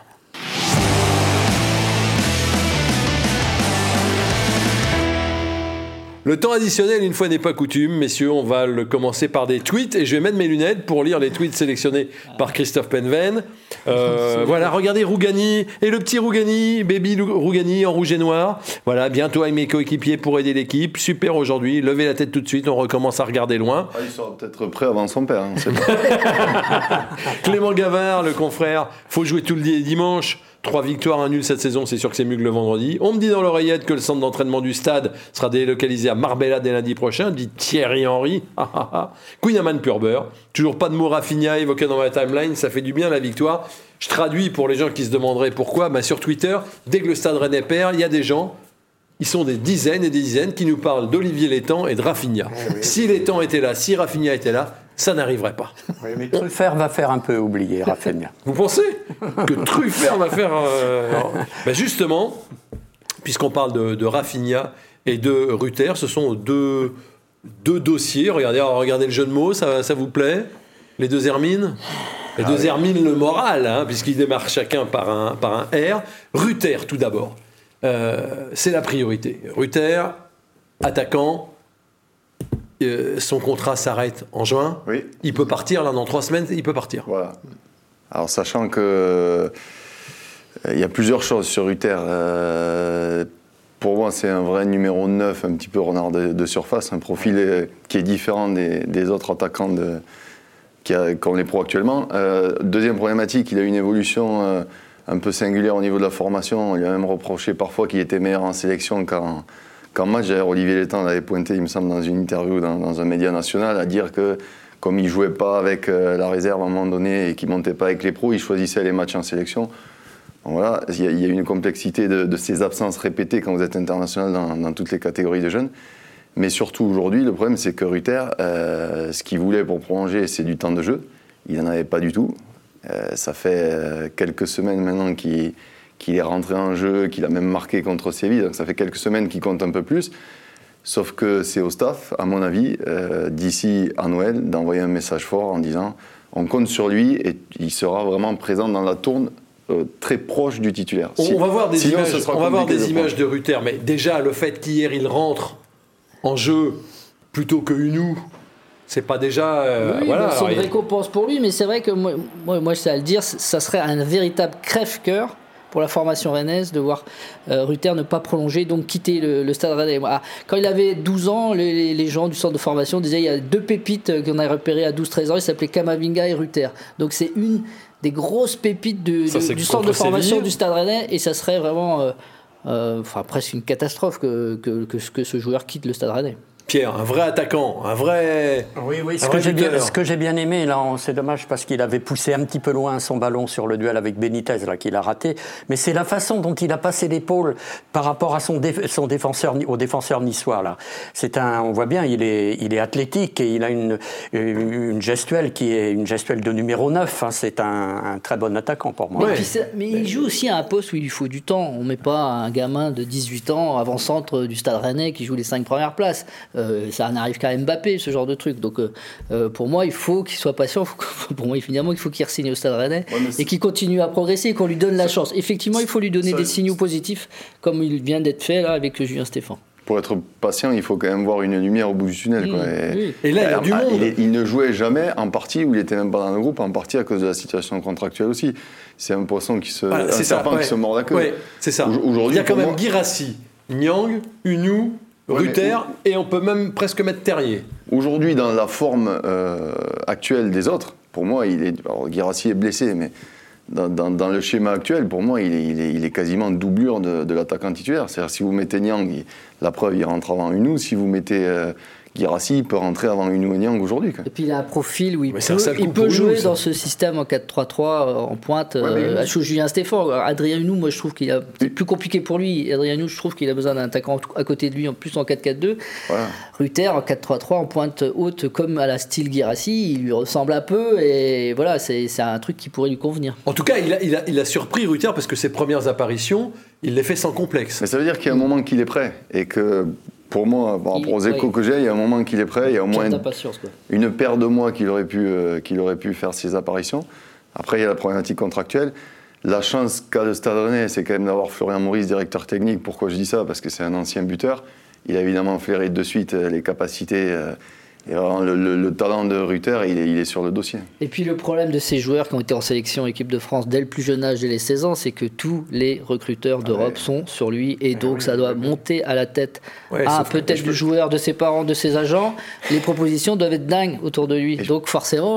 Le temps additionnel, une fois n'est pas coutume, messieurs, on va le commencer par des tweets et je vais mettre mes lunettes pour lire les tweets sélectionnés par Christophe Penven. Voilà, regardez Rougani et le petit Rougani, baby Rougani en rouge et noir. Voilà, bientôt avec mes coéquipiers pour aider l'équipe. Super aujourd'hui, levez la tête tout de suite, on recommence à regarder loin. Il sera peut-être prêt avant son père. On sait pas. Clément Gavard, le confrère, faut jouer tout le dimanche. 3 victoires, 1 nul cette saison, c'est sûr que c'est mieux que le vendredi. On me dit dans l'oreillette que le centre d'entraînement du stade sera délocalisé à Marbella dès lundi prochain, dit Thierry Henry. Queen Amman pur beurre. Toujours pas de mot Rafinha évoqué dans ma timeline, ça fait du bien la victoire. Je traduis pour les gens qui se demanderaient pourquoi. Sur Twitter, dès que le stade rennais perd, il y a des gens, ils sont des dizaines et des dizaines qui nous parlent d'Olivier Létang et de Rafinha. Oui. Si Létang était là, si Rafinha était là, ça n'arriverait pas. Oui, mais Truffert va faire un peu oublier Rafinha. Vous pensez que Truffert va faire... justement, puisqu'on parle de Rafinha et de Ruther, ce sont deux dossiers. Regardez le jeu de mots, ça vous plaît? Les deux Hermines? Les deux Hermines, le moral, puisqu'ils démarrent chacun par un R. Ruther, tout d'abord. C'est la priorité. Ruther, attaquant... son contrat s'arrête en juin. Oui. Il peut partir, là, dans 3 semaines, il peut partir. Voilà. Alors, sachant que il y a plusieurs choses sur Ruther. Pour moi, c'est un vrai numéro 9, un petit peu renard de surface, un profil qui est différent des autres attaquants qu'on est pro actuellement. Deuxième problématique, il a une évolution un peu singulière au niveau de la formation. On lui a même reproché parfois qu'il était meilleur en sélection qu'en match. D'ailleurs, Olivier Létang l'avait pointé, il me semble, dans une interview dans un média national, à dire que comme il ne jouait pas avec la réserve à un moment donné et qu'il ne montait pas avec les pros, il choisissait les matchs en sélection. Donc voilà, il y a une complexité de ces absences répétées quand vous êtes international dans toutes les catégories de jeunes. Mais surtout aujourd'hui, le problème, c'est que Ruther, ce qu'il voulait pour prolonger, c'est du temps de jeu. Il n'en avait pas du tout. Ça fait quelques semaines maintenant qu'il est rentré en jeu, qu'il a même marqué contre Séville, donc ça fait quelques semaines qu'il compte un peu plus. Sauf que c'est au staff, à mon avis, d'ici à Noël, d'envoyer un message fort en disant on compte sur lui et il sera vraiment présent dans la tourne très proche du titulaire. On va voir des images de Ruther, mais déjà le fait qu'hier il rentre en jeu plutôt que Hunou, c'est pas déjà... c'est une récompense pour lui, mais c'est vrai que moi je sais à le dire, ça serait un véritable crève-cœur pour la formation rennaise de voir Ruther ne pas prolonger, donc quitter le stade rennais. Quand il avait 12 ans, les gens du centre de formation disaient il y a 2 pépites qu'on a repérées à 12-13 ans, ils s'appelaient Kamavinga et Ruther. Donc c'est une des grosses pépites du centre de formation du stade rennais, et ça serait vraiment presque une catastrophe que ce joueur quitte le stade rennais. Pierre, un vrai attaquant, un vrai... Oui, ce que j'ai bien aimé, là, c'est dommage parce qu'il avait poussé un petit peu loin son ballon sur le duel avec Benitez, là, qu'il a raté, mais c'est la façon dont il a passé l'épaule par rapport à au défenseur niçois, là. On voit bien, il est athlétique et il a une gestuelle qui est une gestuelle de numéro 9, c'est un très bon attaquant pour moi. Mais il joue aussi à un poste où il lui faut du temps. On met pas un gamin de 18 ans avant-centre du stade rennais qui joue les 5 premières places. Ça en arrive qu'à Mbappé, ce genre de truc. Donc pour moi, il faut qu'il soit patient. Pour moi, finalement, il faut qu'il re-signe au Stade Rennais et qu'il continue à progresser et qu'on lui donne la chance. Effectivement, il faut lui donner des signaux positifs, comme il vient d'être fait là avec Julien Stéphan. Pour être patient, il faut quand même voir une lumière au bout du tunnel. Quoi. Et là, il y a du monde. Il ne jouait jamais en partie, où il n'était même pas dans le groupe, en partie à cause de la situation contractuelle aussi. C'est un poisson qui se, qui se mord la queue. Ouais, c'est ça. Il y a quand même Guirassy, Niang, Hunou, Rutter, et on peut même presque mettre Terrier. Aujourd'hui, dans la forme actuelle des autres, pour moi, Guirassy est blessé, mais dans le schéma actuel, pour moi, il est quasiment doublure de l'attaquant titulaire. C'est-à-dire, si vous mettez Niang, la preuve, il rentre avant Hunou. Si vous mettez Guirassy, il peut rentrer avant Hunou et Niang aujourd'hui. Quoi. Et puis il a un profil où il peut jouer dans ce système en 4-3-3 en pointe. Julien Stéphan, Adrien Hunou, moi je trouve qu'il c'est plus compliqué pour lui. Adrien Hunou, je trouve qu'il a besoin d'un attaquant à côté de lui, en plus en 4-4-2. Voilà. Rutter en 4-3-3 en pointe haute, comme à la style Guirassy, il lui ressemble un peu et voilà, c'est un truc qui pourrait lui convenir. En tout cas, il a surpris Rutter parce que ses premières apparitions, il les fait sans complexe. Mais ça veut dire qu'il y a un moment qu'il est prêt et que. Pour moi, par rapport aux échos que j'ai, il y a un moment qu'il est prêt, il y a au moins une paire de mois qu'il aurait pu faire ses apparitions. Après, il y a la problématique contractuelle. La chance qu'a le Stade Rennais, c'est quand même d'avoir Florian Maurice, directeur technique. Pourquoi je dis ça ? Parce que c'est un ancien buteur. Il a évidemment flairé de suite les capacités et vraiment le talent de Rutter, il est sur le dossier. Et puis le problème de ces joueurs qui ont été en sélection équipe de France dès le plus jeune âge, dès les 16 ans, c'est que tous les recruteurs d'Europe sont sur lui et donc ça doit monter à la tête peut-être du joueur, de ses parents, de ses agents. Les propositions doivent être dingues autour de lui. Donc forcément,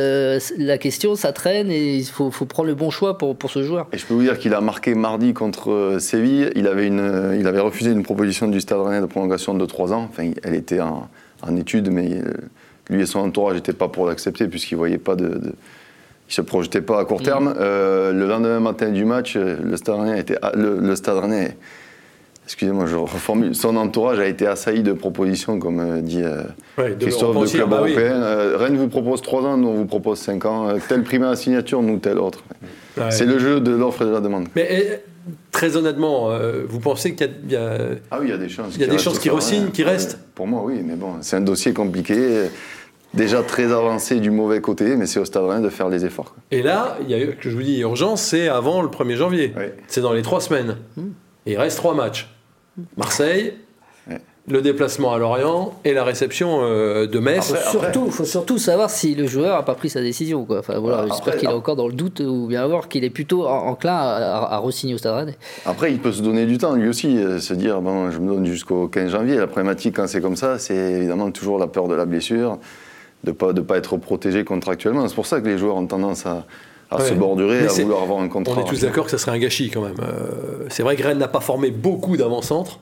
la question, ça traîne et il faut prendre le bon choix pour ce joueur. Et je peux vous dire qu'il a marqué mardi contre Séville. Il avait refusé une proposition du Stade Rennais de prolongation de 3 ans. Enfin, elle était en étude, mais lui et son entourage n'étaient pas pour l'accepter puisqu'ils voyaient pas il se projetait pas à court terme. Le lendemain matin du match, le Stade Rennais, excusez-moi, je reformule, son entourage a été assailli de propositions, comme dit Christophe, de club européen. Rennes vous propose 3 ans, nous on vous propose 5 ans. Tel prime à la signature, nous tel autre. C'est le jeu de l'offre et de la demande. Mais très honnêtement, vous pensez qu'il y a... Ah oui, il y a des chances. Il y a des chances qu'il re-signe, qu'il reste ? Pour moi, oui, mais bon, c'est un dossier compliqué, déjà très avancé du mauvais côté, mais c'est au Stade Rennais de faire les efforts. Et là, il y a eu, que je vous dis, urgence, c'est avant le 1er janvier. Oui. C'est dans les 3 semaines. Et il reste 3 matchs. Marseille, le déplacement à Lorient et la réception de Metz. Il faut surtout savoir si le joueur n'a pas pris sa décision. Quoi. Enfin, voilà, j'espère qu'il est encore dans le doute ou bien voir qu'il est plutôt enclin à re-signer au Stade Rennais. Après, il peut se donner du temps lui aussi, se dire bon, je me donne jusqu'au 15 janvier. La problématique quand c'est comme ça, c'est évidemment toujours la peur de la blessure, de pas être protégé contractuellement. C'est pour ça que les joueurs ont tendance à se bordurer, à vouloir avoir un contrat. On est tous d'accord que ça serait un gâchis quand même. C'est vrai que Rennes n'a pas formé beaucoup d'avant-centres.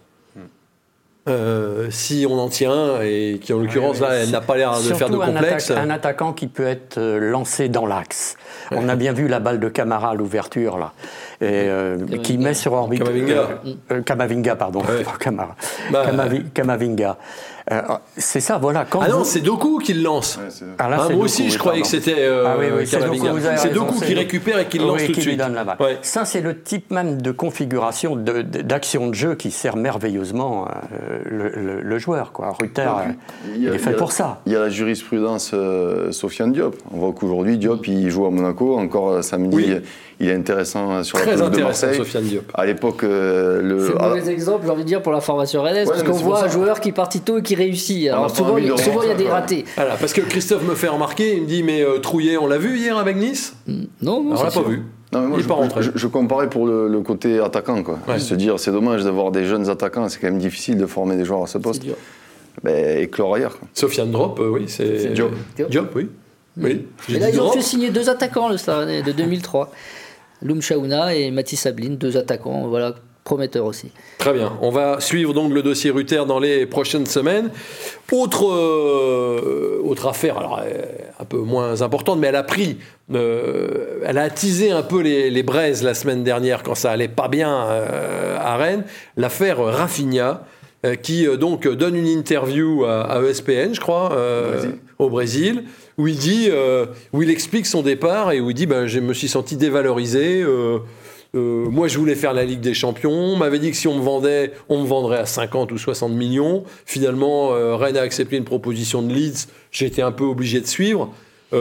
Si on en tient et qui en l'occurrence là elle n'a pas l'air de faire de complexe. Un attaquant qui peut être lancé dans l'axe. On a bien vu la balle de Camara à l'ouverture là, qui met sur orbite. Camavinga, pardon. Pas Camara. Camavinga. C'est ça, voilà. Non, c'est Doku qui le lance. Moi aussi, je croyais que c'était Camavinga. C'est Doku qui récupère et qui le lance tout de suite. Ça, c'est le type même de configuration, d'action de jeu qui sert merveilleusement le joueur. Rutter, il est fait pour ça. Il y a la jurisprudence Sofiane Diop. On voit qu'aujourd'hui, Diop, il joue à Monaco. Encore samedi, il est intéressant sur la pelouse de Marseille. Sofiane Diop. À l'époque, c'est un mauvais exemple, j'ai envie de dire, pour la formation rennaise, parce qu'on voit un joueur qui part tôt et qui réussit. Alors souvent, il y a des ratés. Voilà, parce que Christophe me fait remarquer, il me dit, mais Trouillet, on l'a vu hier avec Nice ? Non, on l'a pas vu. Non, mais moi, je comparais pour le côté attaquant. Se dire, c'est dommage d'avoir des jeunes attaquants, c'est quand même difficile de former des joueurs à ce poste. Éclore ailleurs. Sofiane Drop, oui, c'est... Diop, oui. Oui. Et là, ils ont fait signer 2 attaquants, le Stade Rennais, de 2003. Loum Chaouna et Mathis Sabline, 2 attaquants, voilà, prometteurs aussi. Très bien, on va suivre donc le dossier Rutter dans les prochaines semaines. Autre affaire, alors un peu moins importante, mais elle a attisé un peu les braises la semaine dernière quand ça allait pas bien à Rennes, l'affaire Rafinha, qui donc donne une interview à ESPN, je crois, au Brésil, où il explique son départ et où il dit je me suis senti dévalorisé. moi, je voulais faire la Ligue des Champions. On m'avait dit que si on me vendrait à 50 ou 60 millions. Finalement, Rennes a accepté une proposition de Leeds. J'ai été un peu obligé de suivre.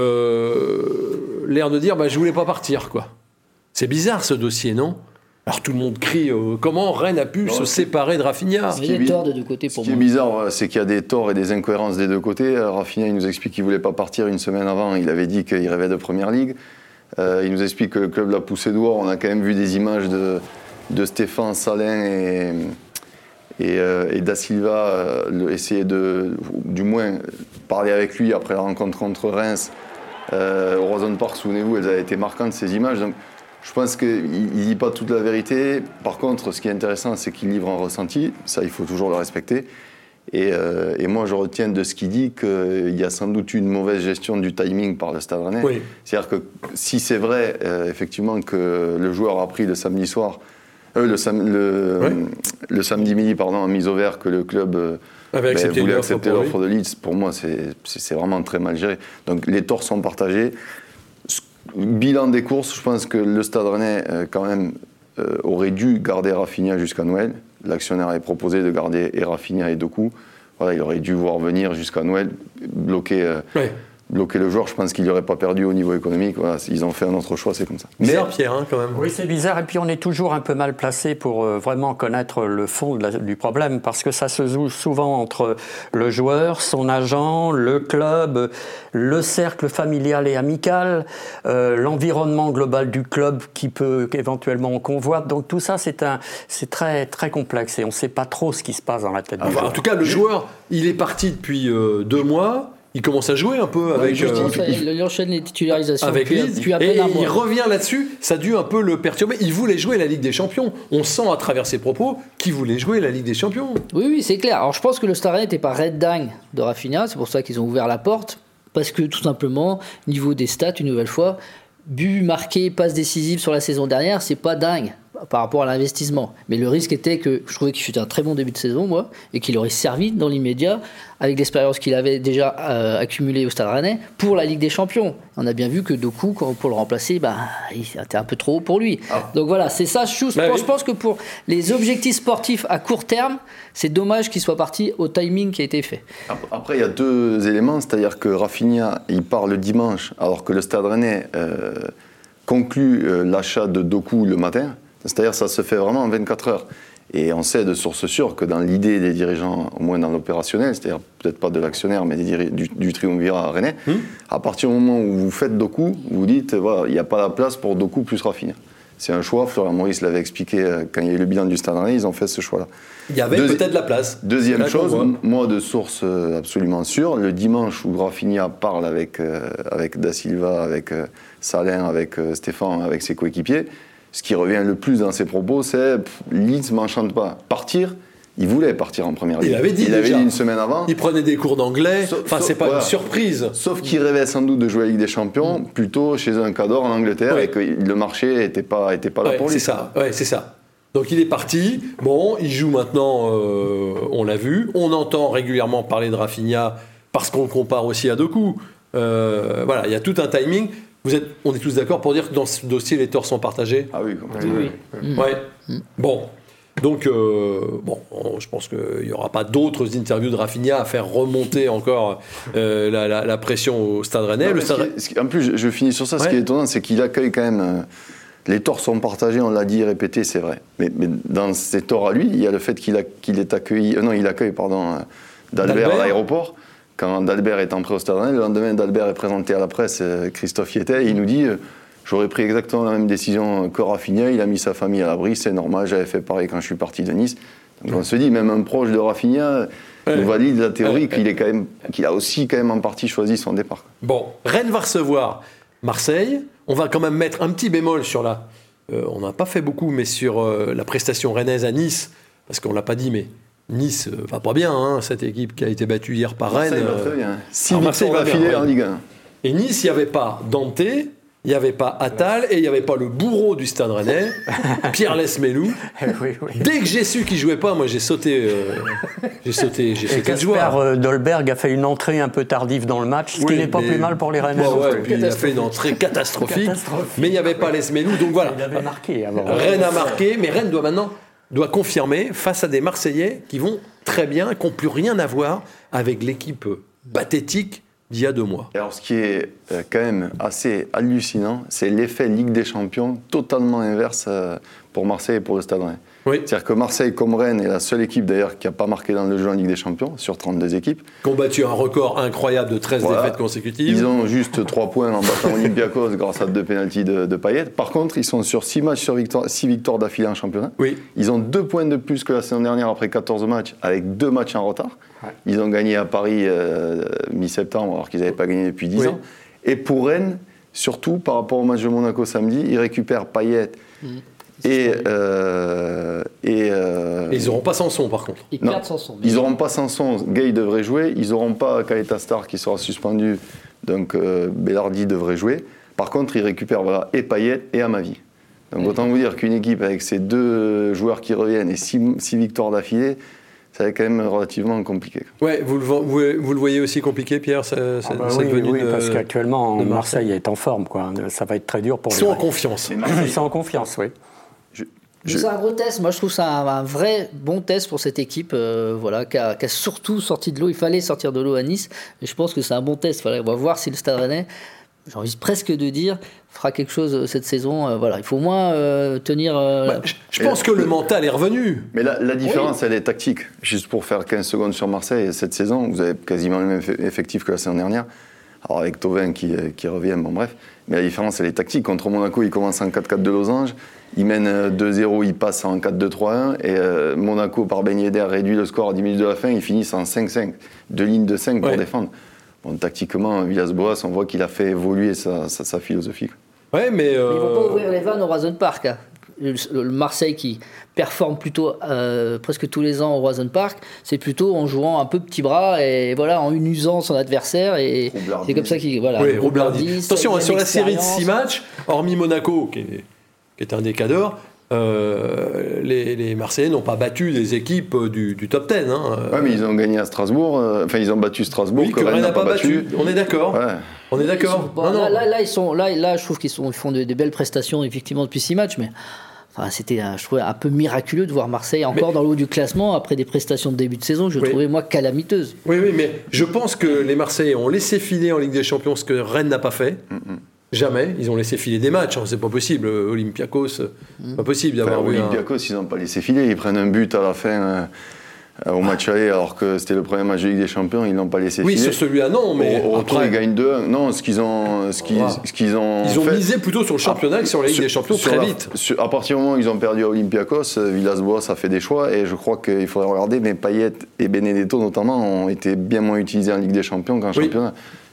L'air de dire, je voulais pas partir, quoi. C'est bizarre, ce dossier, non ? Alors tout le monde crie comment Rennes a pu se séparer de Rafinha. Il y a des torts des deux côtés pour moi. Ce qui est bizarre, c'est qu'il y a des torts et des incohérences des deux côtés. Rafinha, il nous explique qu'il ne voulait pas partir une semaine avant. Il avait dit qu'il rêvait de Première Ligue. Il nous explique que le club l'a poussé dehors. On a quand même vu des images de Stéphane, Salin et Da Silva essayer du moins, parler avec lui après la rencontre contre Reims. Au Roison Park, souvenez-vous, elles avaient été marquantes, ces images. Donc, je pense qu'il ne dit pas toute la vérité. Par contre, ce qui est intéressant, c'est qu'il livre un ressenti. Ça, il faut toujours le respecter. Et moi, je retiens de ce qu'il dit qu'il y a sans doute une mauvaise gestion du timing par le Stade Rennais. Oui. C'est-à-dire que si c'est vrai, effectivement, que le joueur a pris le samedi soir, le samedi midi, en mise au vert, que le club voulait accepter l'offre de Leeds, pour moi, c'est vraiment très mal géré. Donc, les torts sont partagés. Bilan des courses, je pense que le Stade Rennais, quand même, aurait dû garder Rafinha jusqu'à Noël. L'actionnaire avait proposé de garder et Rafinha et Doku. Voilà, il aurait dû voir venir jusqu'à Noël, bloquer le joueur. Je pense qu'il n'y aurait pas perdu au niveau économique. Voilà, ils ont fait un autre choix, c'est comme ça. Bizarre, Pierre, quand même. Oui, c'est bizarre. Et puis, on est toujours un peu mal placé pour vraiment connaître le fond du problème, parce que ça se joue souvent entre le joueur, son agent, le club, le cercle familial et amical, l'environnement global du club qu'éventuellement on convoite. Donc, tout ça, c'est très, très complexe et on ne sait pas trop ce qui se passe dans la tête du joueur. En tout cas, le joueur, il est parti depuis 2 mois. Il commence à jouer un peu avec. Il enchaîne les titularisations avec depuis à peine un mois. Il revient là-dessus. Ça a dû un peu le perturber. Il voulait jouer la Ligue des Champions. On sent à travers ses propos qu'il voulait jouer la Ligue des Champions. Oui, c'est clair. Alors je pense que le Stade Rennais n'était pas red dingue de Rafinha. C'est pour ça qu'ils ont ouvert la porte. Parce que tout simplement, niveau des stats, une nouvelle fois, but marqué, passe décisive sur la saison dernière, c'est pas dingue par rapport à l'investissement. Mais le risque était que je trouvais qu'il faisait un très bon début de saison, moi, et qu'il aurait servi dans l'immédiat, avec l'expérience qu'il avait déjà accumulée au Stade Rennais, pour la Ligue des Champions. On a bien vu que Doku, pour le remplacer, il était un peu trop haut pour lui. Donc voilà, c'est ça. Je pense que pour les objectifs sportifs à court terme, c'est dommage qu'il soit parti au timing qui a été fait. Après, il y a 2 éléments, c'est-à-dire que Rafinha, il part le dimanche, alors que le Stade Rennais conclut l'achat de Doku le matin. C'est-à-dire que ça se fait vraiment en 24 heures. Et on sait de source sûre que dans l'idée des dirigeants, au moins dans l'opérationnel, c'est-à-dire peut-être pas de l'actionnaire, mais du triumvirat rennais, à partir du moment où vous faites Doku, vous dites, voilà, il n'y a pas la place pour Doku plus Rafinha. C'est un choix, Florian Maurice l'avait expliqué quand il y a eu le bilan du Stade Rennais, ils ont fait ce choix-là. Il y avait peut-être la place. Deuxième chose, moi de source absolument sûre, le dimanche où Rafinha parle avec Da Silva, avec Salin, avec Stéphane, avec ses coéquipiers, ce qui revient le plus dans ses propos, c'est Leeds m'enchante pas. Partir, il voulait partir en première ligue. Il avait dit une semaine avant. Il prenait des cours d'anglais. C'est pas une surprise. Sauf qu'il rêvait sans doute de jouer à la Ligue des Champions, plutôt chez un cadre en Angleterre, et que le marché n'était pas là pour lui. C'est ça. Donc il est parti. Bon, il joue maintenant, on l'a vu. On entend régulièrement parler de Rafinha parce qu'on le compare aussi à Doku. Voilà, il y a tout un timing. On est tous d'accord pour dire que dans ce dossier, les torts sont partagés. Ah oui, complètement. Ouais. Bon. Donc, je pense qu'il n'y aura pas d'autres interviews de Rafinha à faire remonter encore la pression au Stade Rennais. En plus, je finis sur ça. Ce qui est étonnant, c'est qu'il accueille quand même... les torts sont partagés, on l'a dit et répété, c'est vrai. Mais dans ces torts à lui, il y a le fait qu'il accueille d'Albert à l'aéroport. Quand D'Albert est entré au Stade Rennais, le lendemain, D'Albert est présenté à la presse, Christophe y était, et il nous dit j'aurais pris exactement la même décision que Rafinha, il a mis sa famille à l'abri, c'est normal, j'avais fait pareil quand je suis parti de Nice. Donc on se dit, même un proche de Rafinha nous valide la théorie qu'il a aussi quand même en partie choisi son départ. Bon, Rennes va recevoir Marseille. On va quand même mettre un petit bémol sur on n'a pas fait beaucoup, mais sur la prestation rennaise à Nice, parce qu'on ne l'a pas dit, mais Nice va pas bien, cette équipe qui a été battue hier par Rennes. Marseille va très bien. 6 victoires d'affilée en Ligue 1. Et Nice, il n'y avait pas Dante, il il n'y avait pas Attal et il n'y avait pas le bourreau du Stade Rennais, Pierre Lesmelou. Oui. Dès que j'ai su qu'il jouait pas, moi j'ai sauté. J'ai sauté le joueur. Kasper Dolberg a fait une entrée un peu tardive dans le match, ce qui n'est pas plus mal pour les Rennais. Puis il a fait une entrée catastrophique. Mais il n'y avait pas Lesmelou, donc voilà. Il avait marqué avant. Rennes a marqué, mais Rennes doit confirmer face à des Marseillais qui vont très bien, qui n'ont plus rien à voir avec l'équipe pathétique d'il y a 2 mois. Alors, ce qui est quand même assez hallucinant, c'est l'effet Ligue des Champions totalement inverse pour Marseille et pour le Stade Rennais. Oui. C'est-à-dire que Marseille, comme Rennes, est la seule équipe d'ailleurs qui n'a pas marqué dans le jeu en Ligue des Champions, sur 32 équipes. Qui ont battu un record incroyable de 13 défaites consécutives. Ils ont juste 3 points en battant Olympiakos grâce à 2 pénaltys de Payet. Par contre, ils sont sur 6 matchs sur 6 victoires d'affilée en championnat. Oui. Ils ont 2 points de plus que la saison dernière après 14 matchs, avec 2 matchs en retard. Ouais. Ils ont gagné à Paris mi-septembre, alors qu'ils n'avaient pas gagné depuis 10 ans. Et pour Rennes, surtout par rapport au match de Monaco samedi, ils récupèrent Payet. Et ils n'auront pas Sanson par contre. Ils perdent Sanson. Ils n'auront pas Sanson, Gay devrait jouer. Ils n'auront pas Kaeta Star qui sera suspendu, donc Bellardi devrait jouer. Par contre, ils récupèrent et Payet et Amavi. Donc autant vous dire qu'une équipe avec ces 2 joueurs qui reviennent et 6 victoires d'affilée, ça va être quand même relativement compliqué. Ouais, vous le voyez aussi compliqué, Pierre, oui, parce qu'actuellement, Marseille est en forme, quoi. Ça va être très dur pour Ils sont en confiance. Ils sont en confiance, oui. C'est un gros test. Moi, je trouve ça un vrai bon test pour cette équipe qui a surtout sorti de l'eau. Il fallait sortir de l'eau à Nice. Et je pense que c'est un bon test. On va voir si le Stade Rennais, j'ai envie presque de dire, fera quelque chose cette saison. Il faut au moins tenir... je pense que le mental est revenu. Mais la différence, elle est tactique. Juste pour faire 15 secondes sur Marseille, cette saison, vous avez quasiment le même effectif que la saison dernière. Alors avec Thauvin qui revient, bon bref. Mais la différence, elle est tactique. Contre Monaco, il commence en 4-4 de losange. Il mène 2-0, il passe en 4-2-3-1. Et Monaco, par Ben Yedder, réduit le score à 10 minutes de la fin. Ils finissent en 5-5. 2 lignes de 5 pour défendre. Bon, tactiquement, Villas-Boas, on voit qu'il a fait évoluer sa philosophie. Ouais, mais ils ne vont pas ouvrir les vannes au Roison Park. Hein. Le Marseille qui performe plutôt presque tous les ans au Roison Park, c'est plutôt en jouant un peu petit bras et voilà, en usant son adversaire. Et c'est comme ça qu'il... Voilà, Roublardis. Attention, sur la série de 6 matchs, hormis Monaco, qui est un des cadors, les Marseillais n'ont pas battu les équipes du top 10. Oui, mais ils ont gagné à Strasbourg. Ils ont battu Strasbourg, que Rennes n'a pas battu. On est d'accord. Ouais. On est d'accord. Là, je trouve qu'ils font des belles prestations effectivement depuis 6 matchs, mais c'était je trouvais un peu miraculeux de voir Marseille encore dans le haut du classement après des prestations de début de saison que je trouvais moi calamiteuses. Oui, mais je pense que les Marseillais ont laissé filer en Ligue des Champions ce que Rennes n'a pas fait. Jamais, ils ont laissé filer des matchs, c'est pas possible. Olympiakos, pas possible d'avoir vu. Olympiakos, ils n'ont pas laissé filer, ils prennent un but à la fin au match aller, alors que c'était le premier match de Ligue des Champions, ils l'ont pas laissé filer. Oui, sur celui-là, non, mais au retour, ils gagnent 2-1. Non, ils ont misé plutôt sur le championnat que sur la Ligue des Champions très vite. À partir du moment où ils ont perdu à Olympiakos, Villas-Boas a fait des choix, et je crois qu'il faudrait regarder, mais Payet et Benedetto notamment ont été bien moins utilisés en Ligue des Champions qu'en championnat.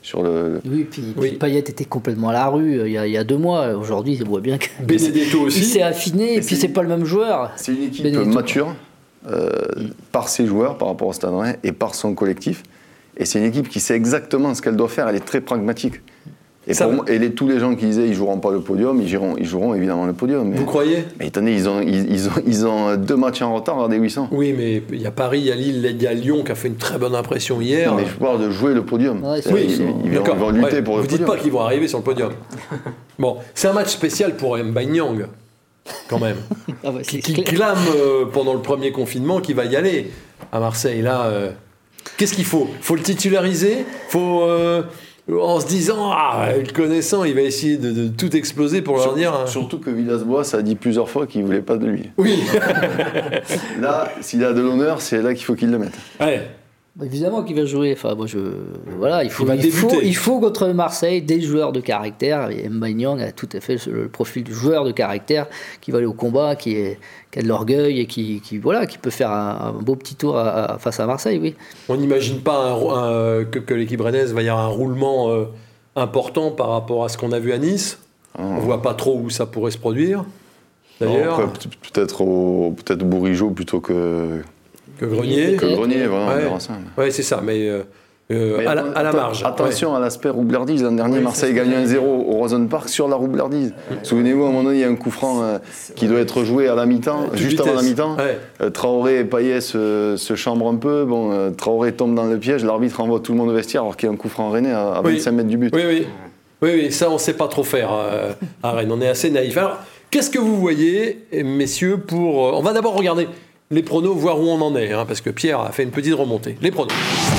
Puis Payet était complètement à la rue il y a 2 mois. Aujourd'hui, on voit bien que Benedetto aussi. Il s'est affiné, et puis c'est pas le même joueur. C'est une équipe mature par ses joueurs, par rapport au Stade Rennais, et par son collectif. Et c'est une équipe qui sait exactement ce qu'elle doit faire. Elle est très pragmatique. Et tous les gens qui disaient ils joueront pas le podium, ils joueront évidemment le podium. Vous croyez ? Mais attendez, ils ont 2 matchs en retard à des 800. Oui, mais il y a Paris, il y a Lille, il y a Lyon qui a fait une très bonne impression hier. Non, mais je parle de jouer le podium. Ils vont lutter pour le podium. Vous dites pas qu'ils vont arriver sur le podium. Bon, c'est un match spécial pour Mbanyang, quand même. qui clame pendant le premier confinement qu'il va y aller à Marseille. Là, qu'est-ce qu'il faut ? Faut le titulariser ? En se disant, le connaissant, il va essayer de tout exploser pour leur dire... Surtout que Villas-Boas a dit plusieurs fois qu'il ne voulait pas de lui. Oui. Là, s'il a de l'honneur, c'est là qu'il faut qu'il le mette. Ouais. Évidemment qu'il va jouer. Il faut contre Marseille des joueurs de caractère. Et Mbanyang a tout à fait le profil du joueur de caractère qui va aller au combat, qui a de l'orgueil et qui peut faire un beau petit tour face à Marseille. Oui. On n'imagine pas que l'équipe rennaise va y avoir un roulement important par rapport à ce qu'on a vu à Nice. On ne voit pas trop où ça pourrait se produire. D'ailleurs, peut-être Bourigeaud plutôt que Grenier. Vraiment, ouais, c'est ça. Mais à la marge. Attention à l'aspect roublardise. L'an dernier, Marseille gagne 1-0 au Roison Park sur la roublardise. Souvenez-vous, à un moment donné, il y a un coup franc qui doit être joué à la mi-temps, juste avant la mi-temps. Traoré et Payet se chambrent un peu. Traoré tombe dans le piège, l'arbitre envoie tout le monde au vestiaire alors qu'il y a un coup franc rennais à 25 mètres du but. Oui, ça on ne sait pas trop faire à Rennes, on est assez naïf. Alors, qu'est-ce que vous voyez, messieurs, on va d'abord regarder les pronos, voir où on en est, parce que Pierre a fait une petite remontée. Les pronos.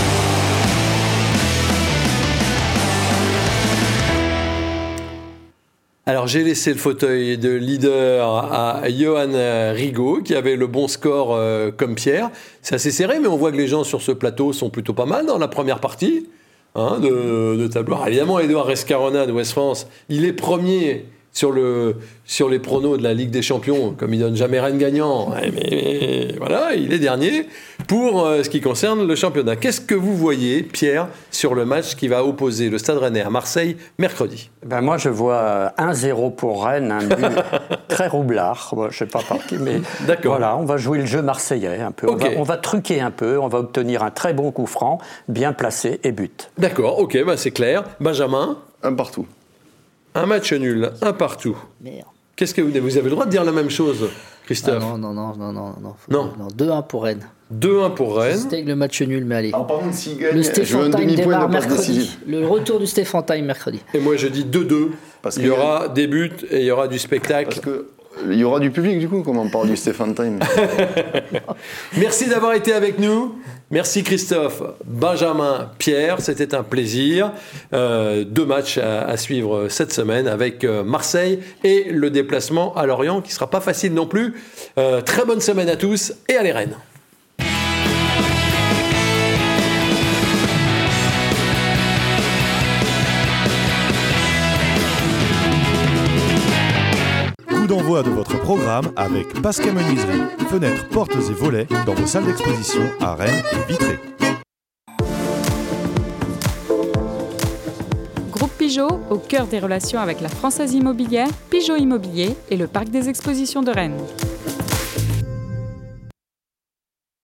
Alors j'ai laissé le fauteuil de leader à Johan Rigaud qui avait le bon score comme Pierre. C'est assez serré mais on voit que les gens sur ce plateau sont plutôt pas mal dans la première partie de tableau. Alors, évidemment Edouard Rescarona de Ouest France, il est premier sur les pronos de la Ligue des Champions, comme il donne jamais Rennes gagnant. Mais voilà, il est dernier pour ce qui concerne le championnat. Qu'est-ce que vous voyez, Pierre, sur le match qui va opposer le Stade Rennais à Marseille mercredi ? Moi, je vois 1-0 pour Rennes, un but très roublard. Je ne sais pas par qui, mais voilà, on va jouer le jeu marseillais un peu. Okay. On va truquer un peu, on va obtenir un très bon coup franc, bien placé et but. D'accord, ok, c'est clair. Benjamin ? 1-1. Un match nul, 1-1. Merde. Qu'est-ce que vous avez le droit de dire la même chose, Christophe ? Non. 2-1 pour Rennes. 2-1 pour Rennes. C'était le match nul, mais allez. Alors, par contre, s'il gagne, le Stéphane Time démarre mercredi. Le retour du Stéphane Time mercredi. Et moi, je dis 2-2. Parce qu'il y aura des buts et il y aura du spectacle. Parce que il y aura du public, du coup, comme on parle du Stéphane Time. Merci d'avoir été avec nous. Merci Christophe, Benjamin, Pierre, c'était un plaisir. 2 matchs à suivre cette semaine avec Marseille et le déplacement à Lorient qui ne sera pas facile non plus. Très bonne semaine à tous et allez Rennes. Coup d'envoi de votre programme avec Pascal Menuiserie, fenêtres, portes et volets dans vos salles d'exposition à Rennes et Vitré. Groupe Pigeot, au cœur des relations avec la Française Immobilière, Pigeot Immobilier et le Parc des Expositions de Rennes.